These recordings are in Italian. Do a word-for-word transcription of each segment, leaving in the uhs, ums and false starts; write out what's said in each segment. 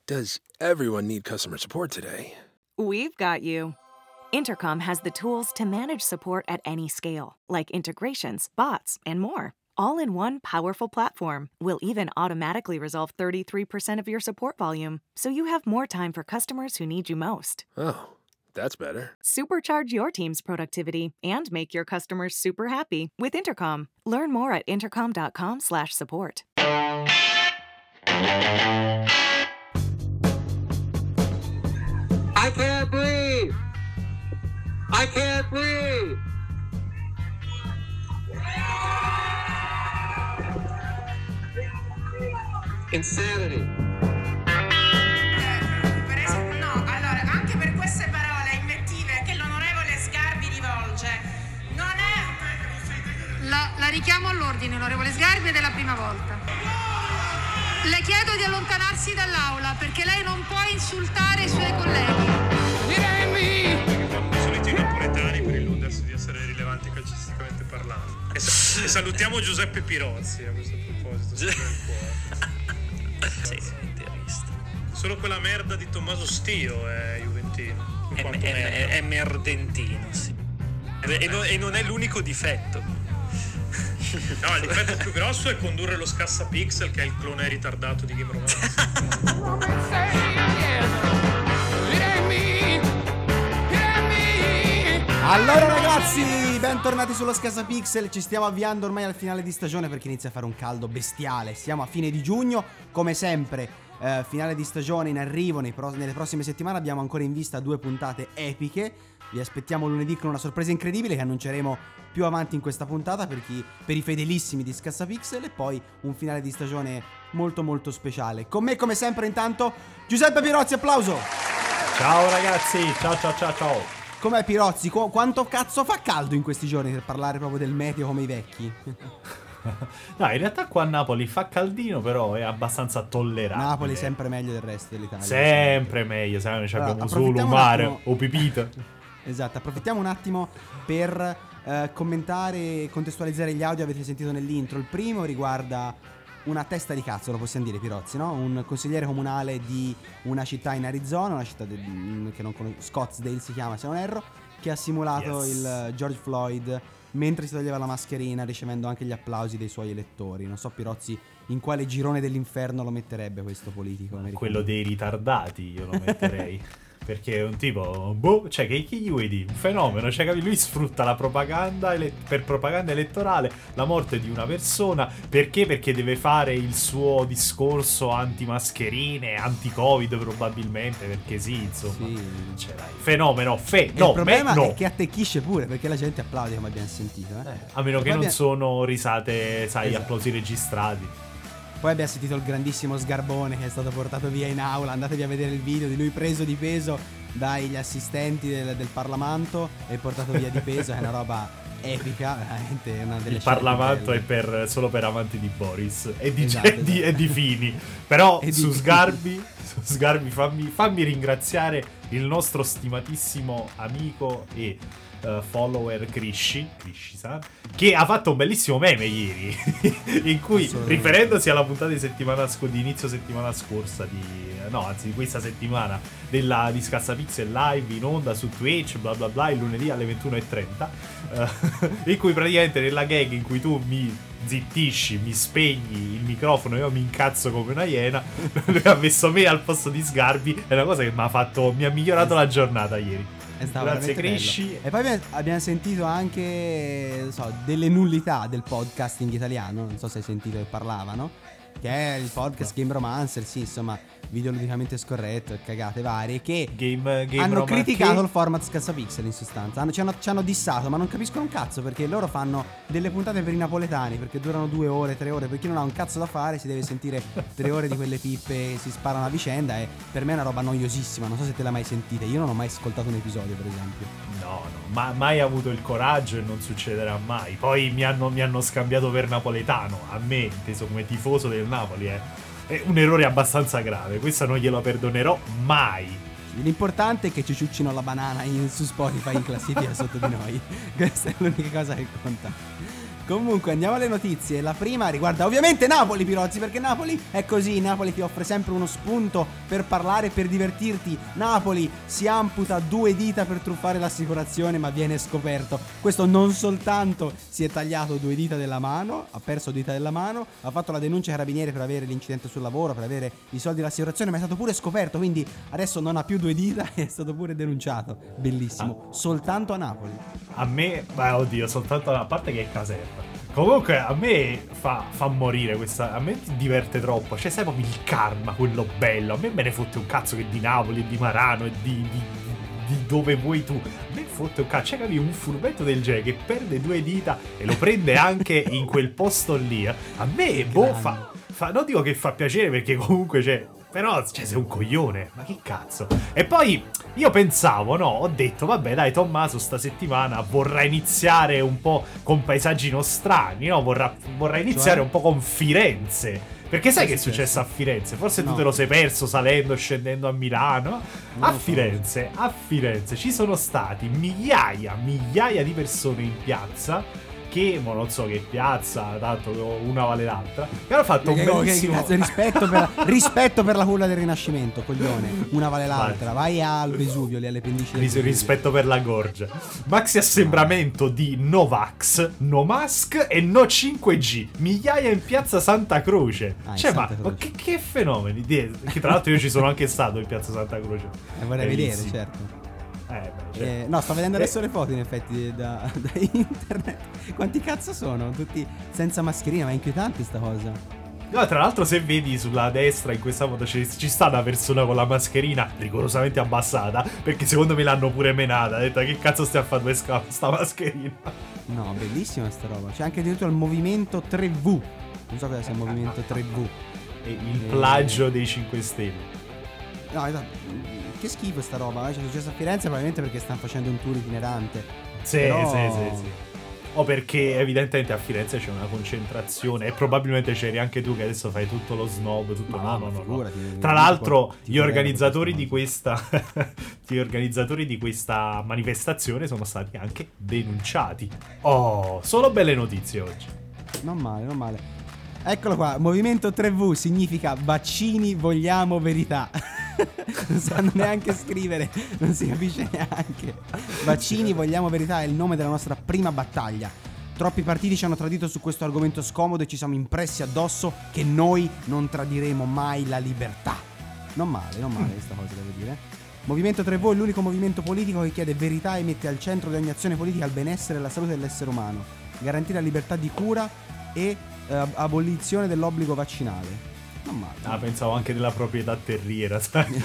Does everyone need customer support today? We've got you. Intercom has the tools to manage support at any scale, like integrations, bots, and more. All in one powerful platform. We'll even automatically resolve thirty-three percent of your support volume, so you have more time for customers who need you most. Oh, that's better. Supercharge your team's productivity and make your customers super happy with Intercom. Learn more at intercom.com slash support. I can't breathe! I can't breathe! Insanity. Per esempio, no, allora, anche per queste parole invettive che l'onorevole Sgarbi rivolge, non è... La, la richiamo all'ordine, onorevole Sgarbi, ed è la prima volta. Le chiedo di allontanarsi dall'aula perché lei non può insultare i suoi colleghi. Soliti napoletani per illudersi di essere rilevanti calcisticamente parlando. E, sa- e salutiamo Giuseppe Pirozzi a questo proposito. Gi- sì, interista. Solo quella merda di Tommaso Stio è juventino. È, è, è, è merdentino, sì. E, no, e non è l'unico difetto. No, il difetto più grosso è condurre lo Scassapixel, che è il clone ritardato di Game Romance. Allora ragazzi, bentornati sullo Scassapixel. Ci stiamo avviando ormai al finale di stagione perché inizia a fare un caldo bestiale. Siamo a fine di giugno, come sempre, eh, finale di stagione in arrivo. Nei pro- nelle prossime settimane abbiamo ancora in vista due puntate epiche. Vi aspettiamo lunedì con una sorpresa incredibile che annunceremo più avanti in questa puntata per, chi, per i fedelissimi di Scassapixel. E poi un finale di stagione molto molto speciale. Con me come sempre intanto Giuseppe Pirozzi, applauso. Ciao ragazzi, ciao ciao ciao ciao. Com'è Pirozzi? Qu- quanto cazzo fa caldo in questi giorni per parlare proprio del meteo come i vecchi? No, in realtà qua a Napoli fa caldino, però è abbastanza tollerabile. Napoli è sempre meglio del resto dell'Italia. Sempre meglio, sai, ci allora, abbiamo solo un mare attimo... o pipita. Esatto, approfittiamo un attimo per eh, commentare e contestualizzare gli audio. Avete sentito nell'intro. Il primo riguarda una testa di cazzo, lo possiamo dire, Pirozzi, no? Un consigliere comunale di una città in Arizona, una città de- che non conosco, Scottsdale si chiama se non erro, che ha simulato yes. il George Floyd mentre si toglieva la mascherina, ricevendo anche gli applausi dei suoi elettori. Non so Pirozzi in quale girone dell'inferno lo metterebbe questo politico americano. Quello dei ritardati io lo metterei. Perché è un tipo, boh, cioè che, che gli vuoi dire? Un fenomeno, cioè lui sfrutta la propaganda ele- per propaganda elettorale, la morte di una persona, perché? Perché deve fare il suo discorso anti-mascherine, anti-covid probabilmente, perché sì, insomma, sì. Cioè, dai, fenomeno, fe, no, il problema me, no. è che attecchisce pure, perché la gente applaude come abbiamo sentito, eh? Eh, a meno e che non abbiamo... sono risate, sai, esatto. applausi registrati. Poi abbiamo sentito il grandissimo Sgarbone che è stato portato via in aula. Andatevi a vedere il video di lui preso di peso dagli assistenti del, del Parlamento e portato via di peso. È una roba epica, veramente una delle il Parlamento è per, solo per amanti di Boris e di, esatto, esatto. di, e di Fini. Però e su di... Sgarbi, su Sgarbi fammi, fammi ringraziare il nostro stimatissimo amico e Uh, follower Krisci, Krisci-san, che ha fatto un bellissimo meme ieri in cui, riferendosi alla puntata di settimana sc- di inizio settimana scorsa di no, anzi di questa settimana della di Scassapixel live in onda su Twitch, bla bla bla, il lunedì alle ventuno e trenta, uh, in cui praticamente nella gag in cui tu mi zittisci, mi spegni il microfono e io mi incazzo come una iena, lui ha messo me al posto di Sgarbi. È una cosa che mi ha fatto, mi ha migliorato la giornata ieri. Grazie Cresci. E poi abbiamo sentito anche, non so, delle nullità del podcasting italiano. Non so se hai sentito che parlavano, che è il podcast Game Romancer, sì, insomma, videoludicamente scorretto e cagate varie, che game, game hanno roman- criticato che... il format Scassapixel in sostanza. Hanno, ci, hanno, ci hanno dissato, ma non capiscono un cazzo, perché loro fanno delle puntate per i napoletani, perché durano due ore, tre ore. Per chi non ha un cazzo da fare si deve sentire tre ore di quelle pippe che si sparano a vicenda. E per me è una roba noiosissima. Non so se te l'hai mai sentita. Io non ho mai ascoltato un episodio, per esempio. No, no, ma mai avuto il coraggio e non succederà mai. Poi mi hanno, mi hanno scambiato per napoletano, a me, inteso come tifoso del Napoli, eh. È un errore abbastanza grave, questo non glielo perdonerò mai. L'importante è che ci ciuccino la banana in, su Spotify in classifica sotto di noi. Questa è l'unica cosa che conta. Comunque andiamo alle notizie. La prima riguarda ovviamente Napoli, Pirozzi, perché Napoli è così. Napoli ti offre sempre uno spunto per parlare, per divertirti. Napoli si amputa due dita per truffare l'assicurazione, ma viene scoperto. Questo non soltanto si è tagliato due dita della mano, ha perso due dita della mano, ha fatto la denuncia ai carabinieri per avere l'incidente sul lavoro, per avere i soldi dell'assicurazione, ma è stato pure scoperto, quindi adesso non ha più due dita e è stato pure denunciato. Bellissimo. Soltanto a Napoli. A me, beh, oddio, soltanto a parte che è caserta. Comunque a me fa, fa morire questa. A me diverte troppo. Cioè, sai proprio il karma, quello bello. A me me ne fotte un cazzo che di Napoli e di Marano e di, di, di dove vuoi tu. A me fotte un cazzo. Cioè, capi, un furbetto del genere che perde due dita e lo prende anche in quel posto lì. A me, boh, fa, fa. Non dico che fa piacere perché comunque, cioè. Però, cioè, sei un coglione, ma che cazzo. E poi, io pensavo, no, ho detto, vabbè, dai, Tommaso sta settimana vorrà iniziare un po' con paesaggi nostrani, no? Vorrà, vorrà iniziare cioè? un po' con Firenze. Perché sai che è successo a Firenze? Forse no. tu te lo sei perso salendo, scendendo a Milano. A Firenze, a Firenze ci sono stati migliaia, migliaia di persone in piazza. Che, mo non so che piazza, tanto una vale l'altra. Che hanno fatto un bellissimo che, che, rispetto, per, rispetto per la culla del Rinascimento, coglione. Una vale l'altra. Vai al Vesuvio, lì alle pendici del Vesuvio. Rispetto per la Gorgia. Maxi assembramento di Novax, No Mask e No cinque G. Migliaia in piazza Santa Croce. Ah, cioè, Santa ma, Croce. ma che, che fenomeni. Che tra l'altro io ci sono anche stato in piazza Santa Croce. E vorrei vedere, certo. Eh, beh, cioè. eh, no, sto vedendo adesso eh. le foto in effetti da, da internet. Quanti cazzo sono? Tutti senza mascherina, ma è inquietante sta cosa. No, tra l'altro se vedi sulla destra in questa foto ci, ci sta una persona con la mascherina rigorosamente abbassata, perché secondo me l'hanno pure menata. Ha detto che cazzo stai a fare due scappe sta mascherina. No, bellissima sta roba. C'è anche addirittura il movimento tre V. Non so cosa sia il movimento tre V. E il e... plagio dei cinque Stelle. No, esatto. Che schifo sta roba, eh? C'è successo a Firenze probabilmente perché stanno facendo un tour itinerante. Sì, Però... sì, sì, sì. O perché evidentemente a Firenze c'è una concentrazione e probabilmente c'eri anche tu che adesso fai tutto lo snob, tutto no, no, no, no. Tra l'altro gli organizzatori di questa gli organizzatori di questa manifestazione sono stati anche denunciati. Oh, solo belle notizie oggi. Non male, non male. Eccolo qua, movimento tre V significa vaccini vogliamo verità. Non sanno neanche scrivere, non si capisce neanche. Vaccini vogliamo verità è il nome della nostra prima battaglia. Troppi partiti ci hanno tradito su questo argomento scomodo e ci siamo impressi addosso che noi non tradiremo mai la libertà. Non male, non male questa cosa, devo dire. Movimento tre V è l'unico movimento politico che chiede verità e mette al centro di ogni azione politica il benessere e la salute dell'essere umano, garantire la libertà di cura e eh, abolizione dell'obbligo vaccinale. Non male. Ah, pensavo anche della proprietà terriera, sai?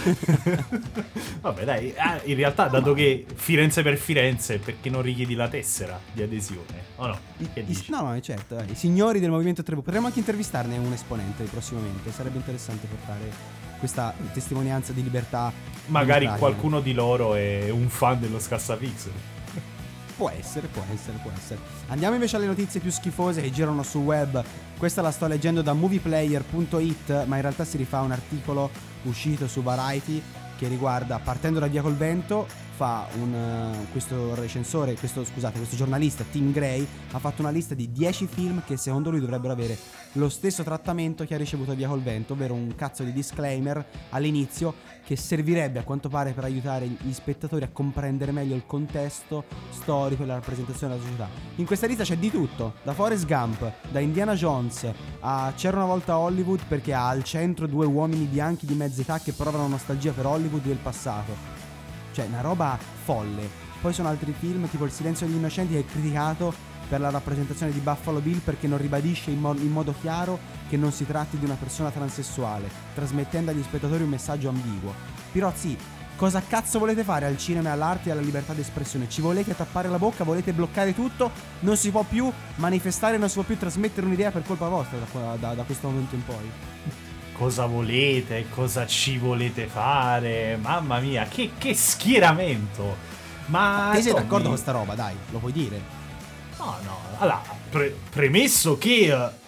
Vabbè, dai, ah, in realtà, dato che Firenze per Firenze, perché non richiedi la tessera di adesione? O no? Che I, no, no, certo, dai. I signori del Movimento tre V. Potremmo anche intervistarne un esponente prossimamente. Sarebbe interessante portare questa testimonianza di libertà. Magari qualcuno di loro è un fan dello Scassapixel. Può essere, può essere, può essere. Andiamo invece alle notizie più schifose che girano sul web. Questa la sto leggendo da movieplayer punto it, ma in realtà si rifà a un articolo uscito su Variety che riguarda, partendo da Via col Vento, fa un uh, questo recensore, questo scusate, questo giornalista Tim Gray ha fatto una lista di dieci film che secondo lui dovrebbero avere lo stesso trattamento che ha ricevuto Via col Vento, ovvero un cazzo di disclaimer all'inizio che servirebbe a quanto pare per aiutare gli spettatori a comprendere meglio il contesto storico e la rappresentazione della società. In questa lista c'è di tutto, da Forrest Gump, da Indiana Jones a C'era una volta Hollywood, perché ha al centro due uomini bianchi di mezza età che provano nostalgia per Hollywood del passato. Cioè, una roba folle. Poi sono altri film tipo Il silenzio degli innocenti che è criticato per la rappresentazione di Buffalo Bill perché non ribadisce in, mo- in modo chiaro che non si tratti di una persona transessuale, trasmettendo agli spettatori un messaggio ambiguo. Pirozzi, cosa cazzo volete fare al cinema e all'arte e alla libertà d'espressione? Ci volete tappare la bocca? Volete bloccare tutto? Non si può più manifestare, non si può più trasmettere un'idea per colpa vostra da, da, da questo momento in poi. Cosa volete? Cosa ci volete fare? Mamma mia, che, che schieramento! Ma te sei d'accordo con sta roba? Dai, lo puoi dire? No, no, allora, pre- premesso che uh,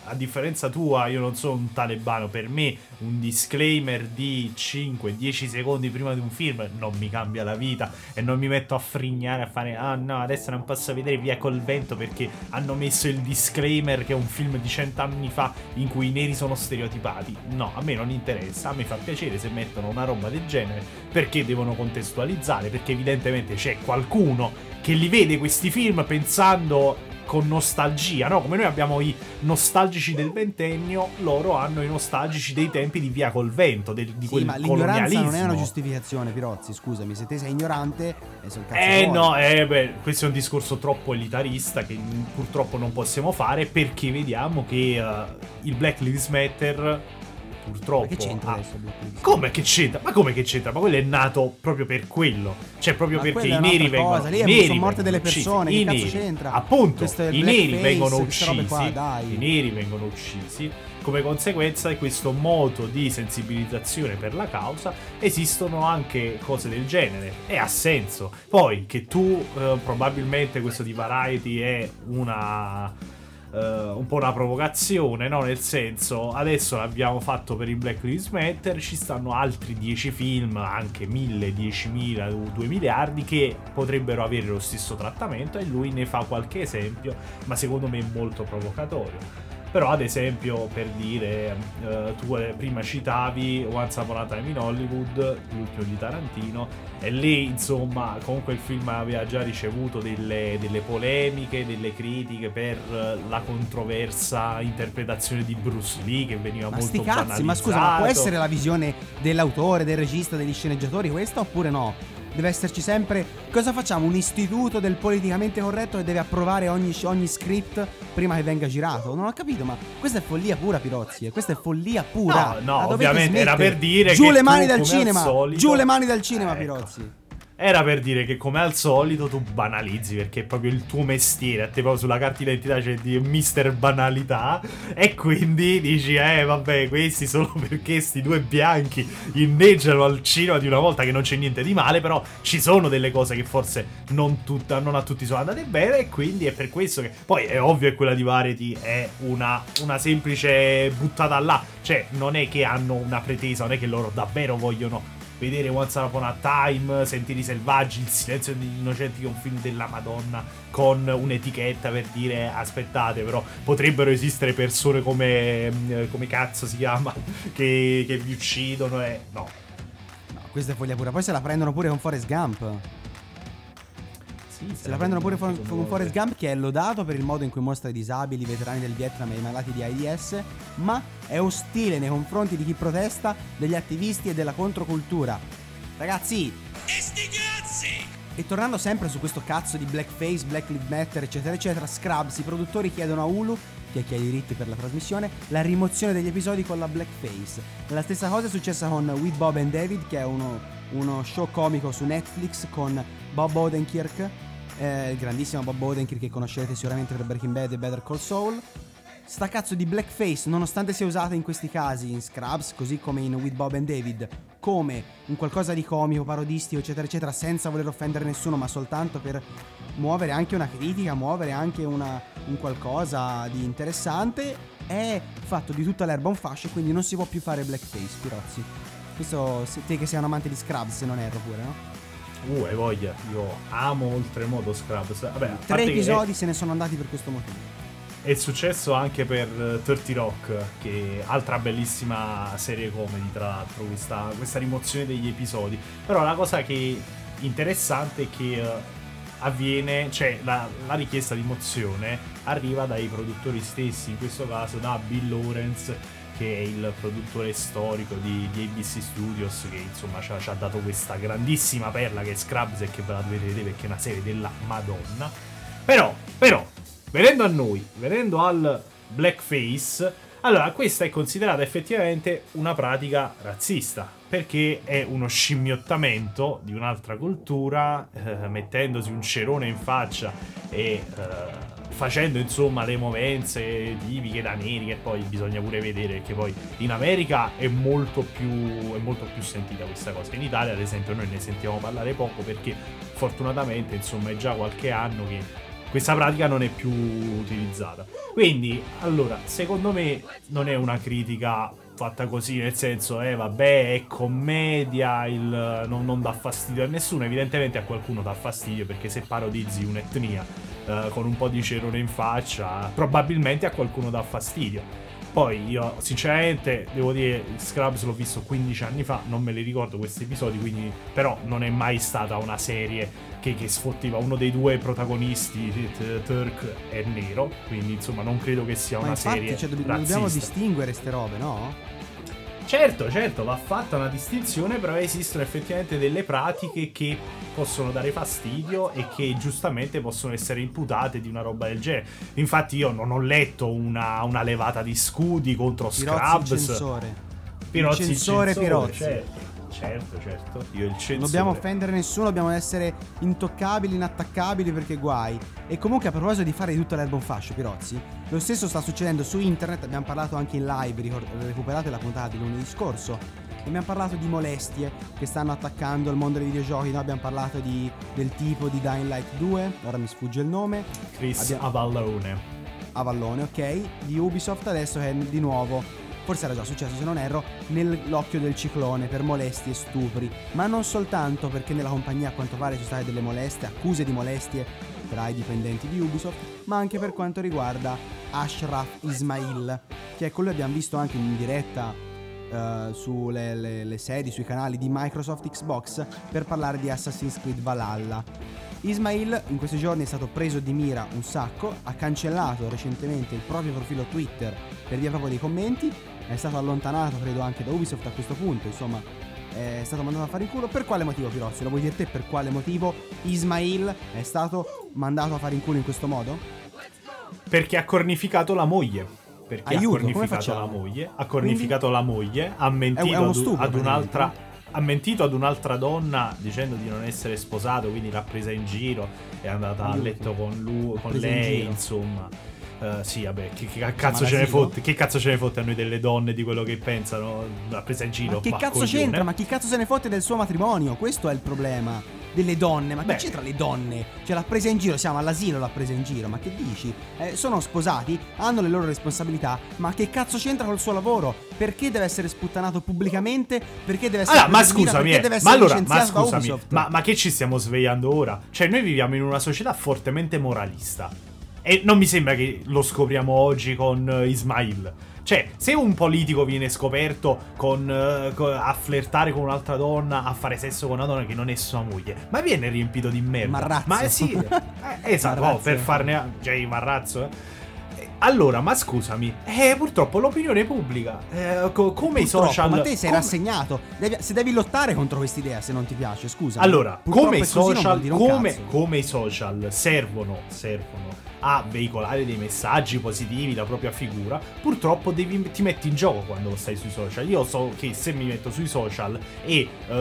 a differenza tua, io non sono un talebano, per me un disclaimer di cinque dieci secondi prima di un film non mi cambia la vita e non mi metto a frignare a fare ah no, adesso non posso vedere Via col vento perché hanno messo il disclaimer che è un film di cent'anni fa in cui i neri sono stereotipati. No, a me non interessa, a me fa piacere se mettono una roba del genere perché devono contestualizzare, perché evidentemente c'è qualcuno che li vede questi film pensando con nostalgia, no? Come noi abbiamo i nostalgici del ventennio, loro hanno i nostalgici dei tempi di Via col vento, del, di sì, quel ma l'ignoranza colonialismo. non è una giustificazione, Pirozzi, scusami, se te sei ignorante è sul cazzo Eh fuori. no, eh beh, questo è un discorso troppo elitarista che purtroppo non possiamo fare, perché vediamo che uh, il Black Lives Matter purtroppo. Ma che c'entra ah, adesso Black Lives? come che c'entra? Ma come che c'entra? Ma quello è nato proprio per quello. Cioè proprio Ma perché quella i è neri un'altra vengono cosa, lì i è- neri sono morte vengono delle persone, uccisi, che i cazzo neri, c'entra? appunto, Questo è il i neri blackface, vengono queste robe uccisi qua, dai. i neri vengono uccisi come conseguenza di questo moto di sensibilizzazione per la causa. Esistono anche cose del genere e ha senso. Poi che tu eh, probabilmente questo di Variety è una Uh, un po' una provocazione, no? Nel senso, adesso l'abbiamo fatto per il Black Lives Matter, ci stanno altri dieci film, anche mille, diecimila, due miliardi che potrebbero avere lo stesso trattamento e lui ne fa qualche esempio, ma secondo me molto provocatorio. Però ad esempio, per dire, uh, tu prima citavi Once Upon a Time in Hollywood, l'ultimo di Tarantino, e lì insomma comunque il film aveva già ricevuto delle, delle polemiche, delle critiche per la controversa interpretazione di Bruce Lee che veniva Ma molto sti cazzi, banalizzato. ma scusa, ma può essere la visione dell'autore, del regista, degli sceneggiatori questa oppure no? Deve esserci sempre. Cosa facciamo? Un istituto del politicamente corretto che deve approvare ogni, ogni script prima che venga girato? Non ho capito, ma questa è follia pura, Pirozzi. eh. Questa è follia pura. No, no, La dovete ovviamente era smettere. per dire Giù che le mani tu, dal come al cinema. solito- Giù le mani dal cinema, Ecco. Pirozzi. Era per dire che come al solito tu banalizzi, perché è proprio il tuo mestiere, a te proprio sulla carta d'identità c'è di mister Banalità, e quindi dici eh vabbè, questi solo perché sti due bianchi inneggiano al cinema di una volta, che non c'è niente di male, però ci sono delle cose che forse non, tutta, non a tutti sono andate bene, e quindi è per questo che poi è ovvio che quella di Variety è una, una semplice buttata là, cioè non è che hanno una pretesa, non è che loro davvero vogliono vedere Once Upon a Time, Sentieri Selvaggi, Il Silenzio degli Innocenti, che è un film della Madonna, con un'etichetta per dire aspettate, però potrebbero esistere persone come come cazzo si chiama che, che vi uccidono, e no. No, questa è follia pura. Poi se la prendono pure con Forrest Gump. Sì, Se la prendono pure con, con Forrest Gump, che è lodato per il modo in cui mostra i disabili, i veterani del Vietnam e i malati di AIDS, ma è ostile nei confronti di chi protesta, degli attivisti e della controcultura. Ragazzi! E sti cazzi! E tornando sempre su questo cazzo di blackface, Black Lives Matter, eccetera, eccetera, Scrubs, i produttori chiedono a Hulu, che è chi ha i diritti per la trasmissione, la rimozione degli episodi con la blackface. La stessa cosa è successa con With Bob and David, che è uno, uno show comico su Netflix con Bob Odenkirk, eh, il grandissimo Bob Odenkirk che conoscerete sicuramente per Breaking Bad e Better Call Saul. Sta cazzo di blackface, nonostante sia usata in questi casi, in Scrubs, così come in With Bob and David, come un qualcosa di comico, parodistico, eccetera, eccetera, senza voler offendere nessuno, ma soltanto per muovere anche una critica, muovere anche una, un qualcosa di interessante, è fatto di tutta l'erba un fascio, quindi non si può più fare blackface, Pirozzi. Questo, se, te che sei un amante di Scrubs, se non erro pure, no? Uh, hai voglia, io amo oltremodo Scrubs. Vabbè, a Tre parte che episodi se ne sono andati per questo motivo. È successo anche per thirty Rock, che è altra bellissima serie comedy, tra l'altro, questa, questa rimozione degli episodi. Però la cosa che è interessante è che uh, avviene, cioè la, la richiesta di mozione arriva dai produttori stessi, in questo caso da Bill Lawrence, che è il produttore storico di, di A B C Studios, che insomma ci ha, ci ha dato questa grandissima perla che è Scrubs, e che ve la dovete vedere perché è una serie della Madonna. Però, però, venendo a noi, venendo al blackface, allora questa è considerata effettivamente una pratica razzista, perché è uno scimmiottamento di un'altra cultura, eh, mettendosi un cerone in faccia e eh, facendo insomma le movenze tipiche da neri, che poi bisogna pure vedere, perché poi in America è molto più è molto più sentita questa cosa. In Italia ad esempio noi ne sentiamo parlare poco, perché fortunatamente insomma è già qualche anno che questa pratica non è più utilizzata. Quindi, allora, secondo me non è una critica fatta così, nel senso, eh vabbè, è commedia, il, non, non dà fastidio a nessuno. Evidentemente a qualcuno dà fastidio, perché se parodizzi un'etnia eh, con un po' di cerone in faccia, probabilmente a qualcuno dà fastidio. Poi io sinceramente devo dire, Scrubs l'ho visto quindici anni fa, non me li ricordo questi episodi, quindi però non è mai stata una serie che, che sfottiva. Uno dei due protagonisti, Turk, è nero, quindi insomma non credo che sia Ma una infatti, serie cioè, dobb- razzista. dobbiamo distinguere ste robe, no? Certo, certo, va fatta una distinzione, però esistono effettivamente delle pratiche che possono dare fastidio e che giustamente possono essere imputate di una roba del genere. Infatti io non ho letto una, una levata di scudi contro Pirozzi Scrubs. il censore. Pirozzi il il censore, censore, Pirozzi. certo. Certo, certo, io il censore. Non dobbiamo offendere nessuno, dobbiamo essere intoccabili, inattaccabili, perché guai. E comunque, a proposito di fare di tutta l'erba un fascio, Pirozzi, lo stesso sta succedendo su internet. Abbiamo parlato anche in live, ricor- recuperate la puntata di lunedì scorso. Abbiamo parlato di molestie che stanno attaccando il mondo dei videogiochi, no? Abbiamo parlato di, del tipo di Dying Light due, ora mi sfugge il nome. Chris Abbiamo... Avallone. Avallone, ok. Di Ubisoft adesso è di nuovo, forse era già successo se non erro, nell'occhio del ciclone per molestie e stupri. Ma non soltanto, perché nella compagnia a quanto pare ci sono state delle molestie, accuse di molestie tra i dipendenti di Ubisoft, ma anche per quanto riguarda Ashraf Ismail, che è quello che abbiamo visto anche in diretta uh, sulle le, le sedi, sui canali di Microsoft Xbox, per parlare di Assassin's Creed Valhalla. Ismail in questi giorni è stato preso di mira un sacco, ha cancellato recentemente il proprio profilo Twitter per via proprio dei commenti, è stato allontanato credo anche da Ubisoft a questo punto, insomma è stato mandato a fare in culo. Per quale motivo, Pirozzi? Lo vuoi dire te per quale motivo Ismail è stato mandato a fare in culo in questo modo? Perché ha cornificato la moglie. Perché Aiuto, ha cornificato la moglie, ha cornificato Quindi? la moglie, ha mentito è, è ad, stupido, ad un'altra ha mentito ad un'altra donna dicendo di non essere sposato, quindi l'ha presa in giro, è andata Aiuto. a letto con lui, con lei, in insomma. Uh, sì, vabbè, che, che cazzo ce ne fotte? Che cazzo ce ne fotte a noi delle donne di quello che pensano? L'ha presa in giro. Ma che ma cazzo coglione. c'entra? Ma chi cazzo se ne fotte del suo matrimonio? Questo è il problema delle donne. Ma Beh. che c'entra le donne? Cioè l'ha presa in giro, siamo all'asilo, l'ha presa in giro. Ma che dici? Eh, sono sposati, hanno le loro responsabilità. Ma che cazzo c'entra col suo lavoro? Perché deve essere sputtanato pubblicamente? Perché deve essere allora, ma scusami, perché deve ma essere allora, licenziato ma scusami, da Ubisoft? Ma, ma che ci stiamo svegliando ora? Cioè noi viviamo in una società fortemente moralista. E non mi sembra che lo scopriamo oggi con uh, Ismail. Cioè, se un politico viene scoperto con, uh, con, a flirtare con un'altra donna, a fare sesso con una donna che non è sua moglie, ma viene riempito di merda. Marrazzo. Ma sì, eh, esatto, Marrazzo. Oh, per farne... Cioè, il marrazzo, eh. Allora, ma scusami, eh, purtroppo l'opinione pubblica, eh, co- come i social... Ma te sei come... rassegnato, devi, se devi lottare contro quest'idea, se non ti piace, scusa. Allora, come i così, social, come, come i social servono, servono a veicolare dei messaggi positivi, la propria figura, purtroppo devi, ti metti in gioco quando stai sui social. Io so che se mi metto sui social e uh,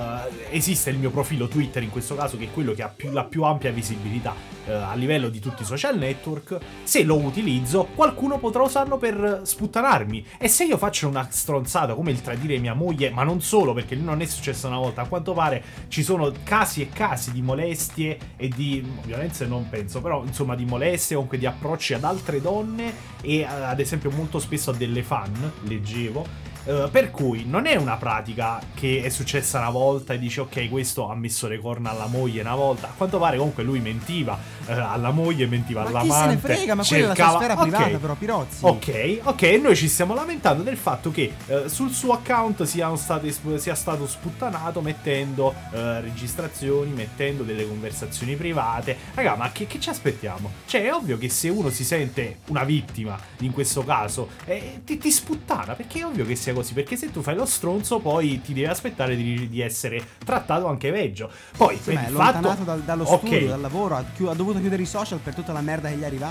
esiste il mio profilo Twitter in questo caso, che è quello che ha più, la più ampia visibilità uh, a livello di tutti i social network, se lo utilizzo qualcuno potrà usarlo per sputtanarmi. E se io faccio una stronzata come il tradire mia moglie, ma non solo, perché non è successo una volta, a quanto pare ci sono casi e casi di molestie e di violenze, non penso, però insomma di molestie, comunque di approcci ad altre donne e ad esempio molto spesso a delle fan, leggevo. Uh, per cui non è una pratica che è successa una volta e dici ok, questo ha messo le corna alla moglie una volta. A quanto pare comunque lui mentiva uh, alla moglie, mentiva ma all'amante. Ma chi se ne frega, ma cercava... quella è la sua sfera okay. privata, però, Pirozzi. Ok, ok, e noi ci stiamo lamentando del fatto che uh, sul suo account siano state, sia stato sputtanato mettendo uh, registrazioni, mettendo delle conversazioni private. Raga, ma che, che ci aspettiamo? Cioè è ovvio che se uno si sente una vittima in questo caso eh, ti, ti sputtana, perché è ovvio che sia così, perché se tu fai lo stronzo poi ti devi aspettare di, di essere trattato anche peggio. Poi sì, ma è il allontanato fatto dal, dallo okay. studio, dal lavoro, ha, chi- ha dovuto chiudere i social per tutta la merda che gli arrivava.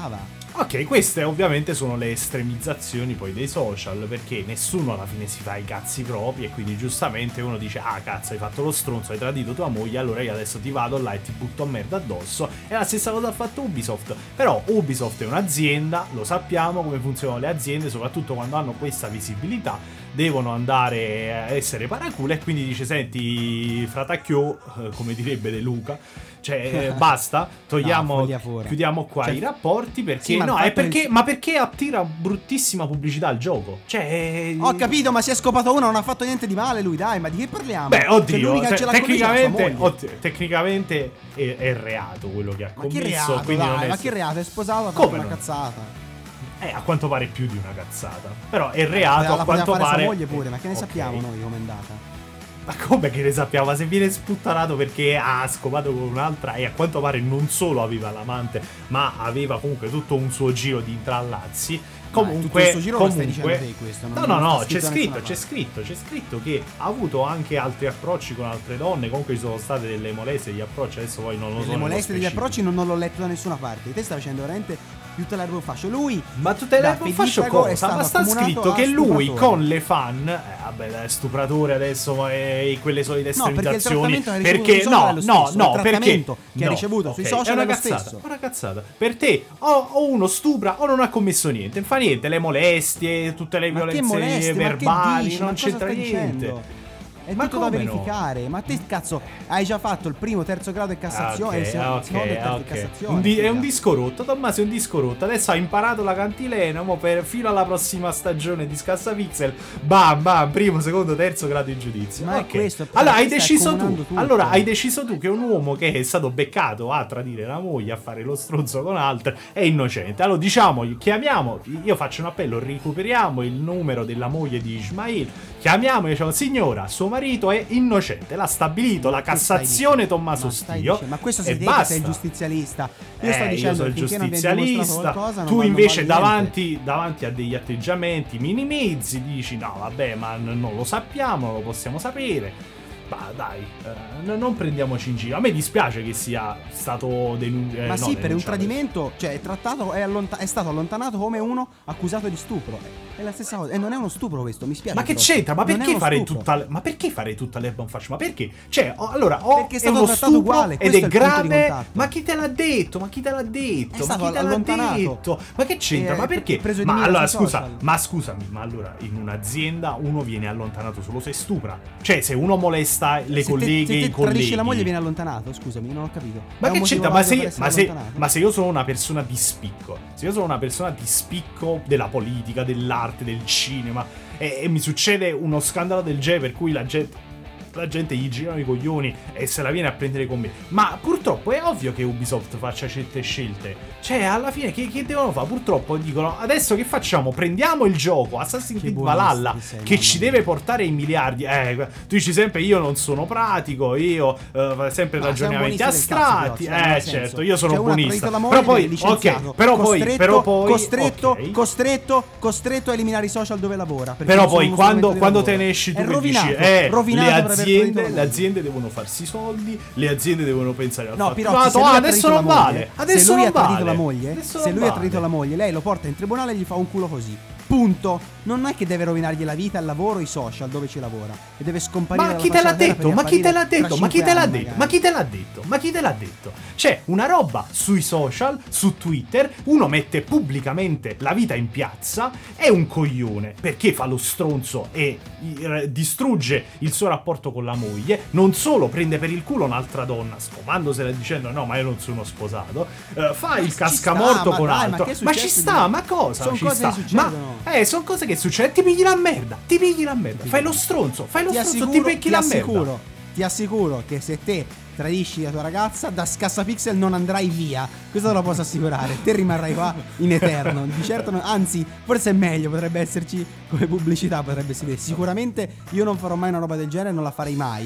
Ok, queste ovviamente sono le estremizzazioni poi dei social, perché nessuno alla fine si fa i cazzi propri e quindi giustamente uno dice ah cazzo hai fatto lo stronzo, hai tradito tua moglie, allora io adesso ti vado là e ti butto a merda addosso. E la stessa cosa ha fatto Ubisoft, però Ubisoft è un'azienda, lo sappiamo come funzionano le aziende, soprattutto quando hanno questa visibilità devono andare a essere paracule, e quindi dice senti fratacchio, come direbbe De Luca, cioè basta, togliamo, no, chiudiamo qua cioè, i rapporti perché sì, no, è perché, il... ma perché attira bruttissima pubblicità al gioco. Cioè ho capito, ma si è scopato uno, non ha fatto niente di male lui, dai, ma di che parliamo? Beh, oddio, cioè, te- tecnicamente oddio, tecnicamente è, è reato quello che ha ma commesso, che reato, quindi dai, non è ma che reato, è sposato, ha come fatto una no? cazzata. Eh, a quanto pare più di una cazzata. Però è reato, eh, a quanto fare pare sua moglie pure, ma che ne okay. sappiamo noi com'è andata? Ma come che ne sappiamo? Ma se viene sputtanato perché ha scopato con un'altra e a quanto pare non solo aveva l'amante, ma aveva comunque tutto un suo giro di intrallazzi. Comunque, tutto il suo giro comunque, lo stai dicendo te questo, no, no, no, c'è scritto, scritto, c'è scritto, c'è scritto che ha avuto anche altri approcci con altre donne. Comunque ci sono state delle molestie, degli approcci. Adesso poi non lo so. Le molestie degli approcci non, non l'ho letto da nessuna parte. Te stai facendo veramente tutta l'erba un fascio. Lui, ma tutte le erbe un fascio cosa? Ma sta scritto che lui con le fan, eh, vabbè, dai, stupratore adesso e quelle solite estremizzazioni. No, perché, perché no, no, no, perché che ha ricevuto okay, sui social è una è lo cazzata, stesso. una cazzata. Per te o, o uno stupra o non ha commesso niente, non fa niente, le molestie, tutte le ma violenze che molestie, verbali, dici, non c'entra niente. Dicendo? È ma tutto da come verificare. No? Ma te cazzo hai già fatto il primo, terzo grado e Cassazione, okay, il secondo, okay, secondo e terzo okay. Cassazione. Un di- è un disco rotto, Tommaso è un disco rotto. Adesso ha imparato la cantilena, mo per fino alla prossima stagione di Scassapixel, bam bam, primo, secondo, terzo grado in giudizio. Ma okay. è questo. Allora hai deciso tu. Tutto. Allora hai deciso tu che un uomo che è stato beccato a tradire la moglie, a fare lo stronzo con altre, è innocente. Allora diciamo, chiamiamo, io faccio un appello, recuperiamo il numero della moglie di Ismail, chiamiamo e diciamo signora, suo marito è innocente, l'ha stabilito la Cassazione Tommaso Stio. Ma questo si si dice che sei il giustizialista. Io eh, sto dicendo io sono il giustizialista. Qualcosa, tu non invece non davanti, davanti a degli atteggiamenti minimizzi dici no vabbè ma n- non lo sappiamo, non lo possiamo sapere. Ma dai, eh, non prendiamoci in giro. A me dispiace che sia stato denunciato. Eh, ma no, sì, per un denunciato. tradimento, cioè è trattato, è, allonta- è stato allontanato come uno accusato di stupro. È la stessa cosa. E non è uno stupro questo, mi spiace. Ma che però. c'entra? Ma Non è perché uno fare stupro. tutta le... Ma perché fare tutta l'erba un fascio? Ma perché? Cioè, oh, allora, o Perché è è stato uno trattato stupro uguale, ed questo è è il punto di grave. contatto. Ma chi te l'ha detto? Ma chi te l'ha detto? È Ma stato chi te l'ha allontanato. detto? Ma che c'entra? E Ma perché? preso di Ma mira allora, sui scusa, social. ma scusami, ma allora in un'azienda uno viene allontanato solo se stupra. Cioè, se uno molesta le Se colleghe, te, se i te colleghi. tradisci la moglie viene allontanato, scusami, non ho capito. Ma È un che motivo c'entra? Ma valido se, per essere ma, se, allontanato? ma se io sono una persona di spicco, se io sono una persona di spicco della politica, dell'arte, del cinema, e, e mi succede uno scandalo del genere per cui la gente, la gente gli girano i coglioni e se la viene a prendere con me. Ma purtroppo è ovvio che Ubisoft faccia certe scelte. Cioè, alla fine, che, che devono fare? Purtroppo dicono, adesso che facciamo? Prendiamo il gioco Assassin's Creed Valhalla, che, sei, che ci mia. deve portare ai miliardi. Eh, tu dici sempre, io non sono pratico, io uh, sempre ma ragionamenti astratti. Cazzo, eh, certo, io sono cioè, buonista. La però poi, ok, però poi, però poi, costretto, okay. costretto, costretto a eliminare i social dove lavora. Però poi, quando, quando te ne esci tu e dici, eh, le aziende, le aziende devono farsi i soldi, le aziende devono pensare al no, fatturato. Però, ah, adesso non vale. Adesso se lui non ha tradito vale. la moglie, adesso se lui vale. ha tradito la moglie, lei lo porta in tribunale e gli fa un culo così. Punto. Non è che deve rovinargli la vita, il lavoro, i social dove ci lavora. E deve scomparire. Ma chi te l'ha detto? Ma chi te l'ha detto? Ma chi te l'ha detto? Ma chi te l'ha detto? Ma chi te l'ha detto? C'è una roba sui social, su Twitter, uno mette pubblicamente la vita in piazza, è un coglione perché fa lo stronzo e distrugge il suo rapporto con la moglie, non solo prende per il culo un'altra donna, scomandosela dicendo no, ma io non sono sposato, uh, fa ma il cascamorto sta, con dai, altro. Ma, ma ci sta, ma cosa? Sono ci cose sta? che succedono. Ma eh, sono cose che succedono. Ti pigli la merda, ti pigli la merda, fai lo stronzo, fai lo ti stronzo, assicuro, ti picchi ti la assicuro, merda. Ti assicuro che se te tradisci la tua ragazza, da Scassapixel non andrai via. Questo te lo posso assicurare. Te rimarrai qua in eterno. Di certo, non, anzi, forse è meglio. Potrebbe esserci come pubblicità. Potrebbe essere. Sicuramente io non farò mai una roba del genere. Non la farei mai.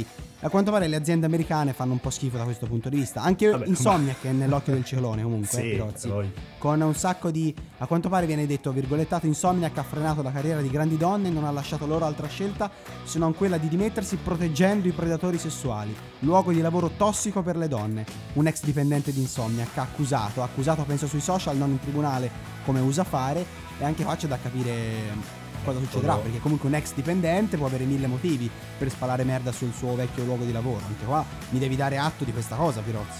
A quanto pare le aziende americane fanno un po' schifo da questo punto di vista. Anche Vabbè, Insomniac ma... è nell'occhio del ciclone comunque, sì, eh, Pirozzi. poi... Con un sacco di... A quanto pare viene detto, virgolettato, Insomniac ha frenato la carriera di grandi donne e non ha lasciato loro altra scelta se non quella di dimettersi proteggendo i predatori sessuali. Luogo di lavoro tossico per le donne. Un ex dipendente di Insomniac ha accusato, ha accusato penso sui social, non in tribunale come usa fare, e anche qua c'è da capire cosa succederà, oh no. perché comunque un ex dipendente può avere mille motivi per spalare merda sul suo vecchio luogo di lavoro. Anche qua mi devi dare atto di questa cosa, Pirozzi.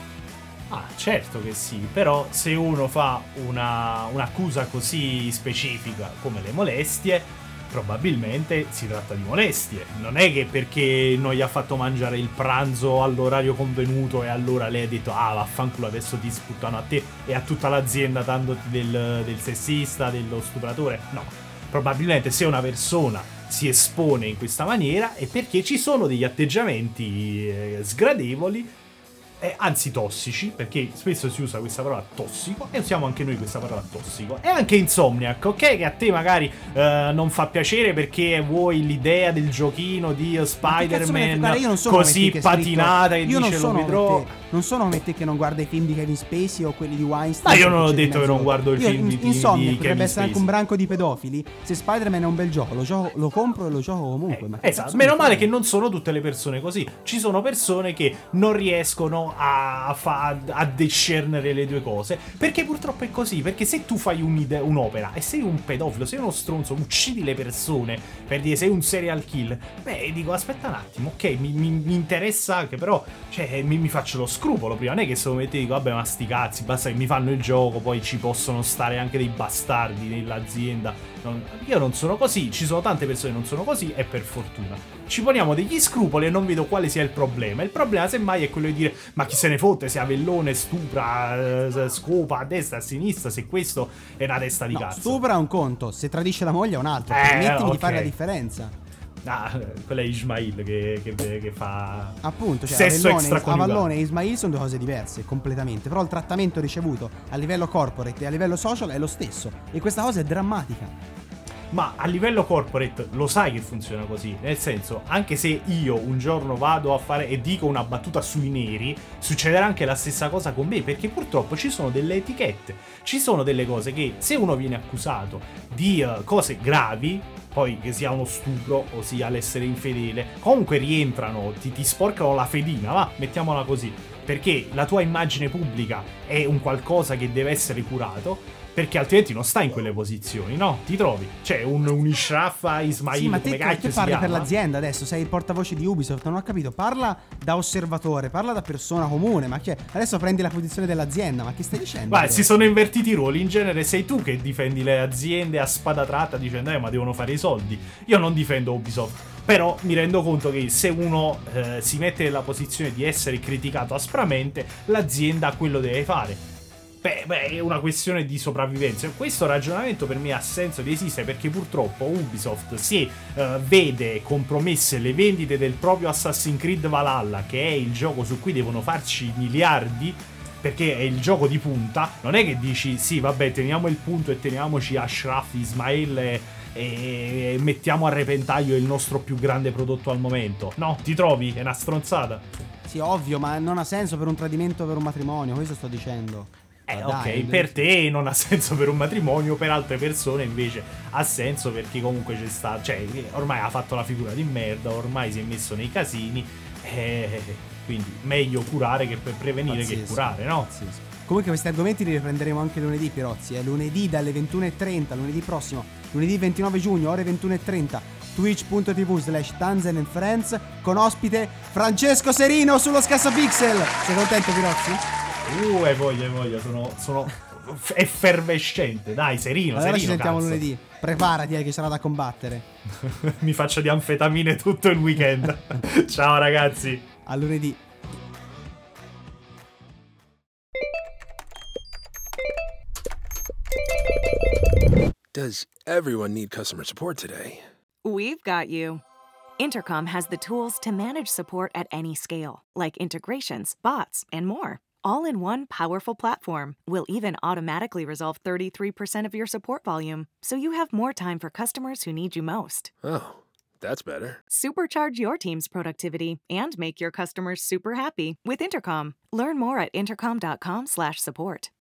Ah, certo che sì, però se uno fa una, un'accusa così specifica come le molestie, probabilmente si tratta di molestie. Non è che perché non gli ha fatto mangiare il pranzo all'orario convenuto e allora lei ha detto ah vaffanculo adesso ti sputtano a te e a tutta l'azienda dandoti del, del sessista, dello stupratore. No. Probabilmente se una persona si espone in questa maniera è perché ci sono degli atteggiamenti eh, sgradevoli, eh, anzi tossici, perché spesso si usa questa parola tossico e usiamo anche noi questa parola tossico. E anche Insomniac, ok? Che a te magari eh, non fa piacere perché vuoi l'idea del giochino di uh, Spider-Man così patinata e dice lo vedrò. Non sono come te che non guarda i film di Kevin Spacey o quelli di Weinstein. Ma io non ho detto che non guardo il io, film in, di, Insomniac di potrebbe Kevin essere Spacey. anche un branco di pedofili. Se Spider-Man è un bel gioco, lo, gioco, lo compro e lo gioco comunque. Eh, ma esatto, meno male che non sono tutte le persone così. Ci sono persone che non riescono a, fa, a discernere le due cose, perché purtroppo è così. Perché se tu fai un'opera e sei un pedofilo, sei uno stronzo, uccidi le persone, per dire sei un serial killer, beh dico aspetta un attimo, ok, mi, mi, mi interessa anche, però cioè mi, mi faccio lo scrupolo prima. Non è che se lo metti e dico vabbè ma sti cazzi, basta che mi fanno il gioco, poi ci possono stare anche dei bastardi nell'azienda. Non, io non sono così, ci sono tante persone che non sono così e per fortuna ci poniamo degli scrupoli e non vedo quale sia il problema. Il problema semmai è quello di dire ma chi se ne fotte se Avellone stupra, eh, scopa a destra, a sinistra, se questo è una testa di no, cazzo. Stupra è un conto, se tradisce la moglie è un altro. Eh, Permettimi okay. di fare la differenza. Ah, quello è Ismail che, che, che fa appunto, cioè sesso Avellone, extraconiugale. Avallone e Ismail sono due cose diverse completamente, però il trattamento ricevuto a livello corporate e a livello social è lo stesso e questa cosa è drammatica. Ma a livello corporate lo sai che funziona così, nel senso, anche se io un giorno vado a fare e dico una battuta sui neri, succederà anche la stessa cosa con me, perché purtroppo ci sono delle etichette, ci sono delle cose che se uno viene accusato di uh, cose gravi, poi che sia uno stupro o sia l'essere infedele, comunque rientrano, ti, ti sporcano la fedina, va, mettiamola così, perché la tua immagine pubblica è un qualcosa che deve essere curato, perché altrimenti non stai in quelle posizioni, no? Ti trovi, c'è un, un Ishraf Ismail, sì, ma come te, cacchio te si parli chiama? per l'azienda adesso, sei il portavoce di Ubisoft, non ho capito, parla da osservatore, parla da persona comune, ma che adesso prendi la posizione dell'azienda, ma che stai dicendo? Guarda, si sono invertiti i ruoli, in genere sei tu che difendi le aziende a spada tratta dicendo eh ma devono fare i soldi, io non difendo Ubisoft, però mi rendo conto che se uno eh, si mette nella posizione di essere criticato aspramente, l'azienda quello deve fare. Beh, beh, è una questione di sopravvivenza. Questo ragionamento per me ha senso di esistere perché purtroppo Ubisoft si uh, vede compromesse le vendite del proprio Assassin's Creed Valhalla, che è il gioco su cui devono farci miliardi, perché è il gioco di punta. Non è che dici sì vabbè teniamo il punto e teniamoci Ashraf Ismail e, e mettiamo a repentaglio il nostro più grande prodotto al momento. No, ti trovi? È una stronzata. Sì, ovvio, ma non ha senso per un tradimento, per un matrimonio, questo sto dicendo. Eh, ah, ok, dai, per te non ha senso per un matrimonio, per altre persone invece ha senso perché comunque c'è stato, cioè ormai ha fatto la figura di merda, ormai si è messo nei casini, eh, quindi meglio curare che per prevenire pazzesco, che curare, no? Pazzesco. Comunque questi argomenti li riprenderemo anche lunedì, Pirozzi, eh? lunedì dalle ventuno e trenta, lunedì prossimo, lunedì ventinove giugno, ore ventuno e trenta, twitch.tv slash Tanzen and Friends, con ospite Francesco Serino sullo Scassapixel. Sei contento, Pirozzi? Uh, e voglia, e voglia, sono, sono effervescente. Dai, Serino, allora Serino, ci sentiamo cazzo. lunedì. Preparati, eh, che sarà da combattere. Mi faccio di anfetamine tutto il weekend. Ciao ragazzi. A lunedì. Does everyone need customer support today? We've got you. Intercom has the tools to manage support at any scale, like integrations, bots, and more. All in one powerful platform. We'll even automatically resolve thirty-three percent of your support volume, so you have more time for customers who need you most. Oh, That's better. Supercharge your team's productivity and make your customers super happy with Intercom. Learn more at intercom dot com slash support.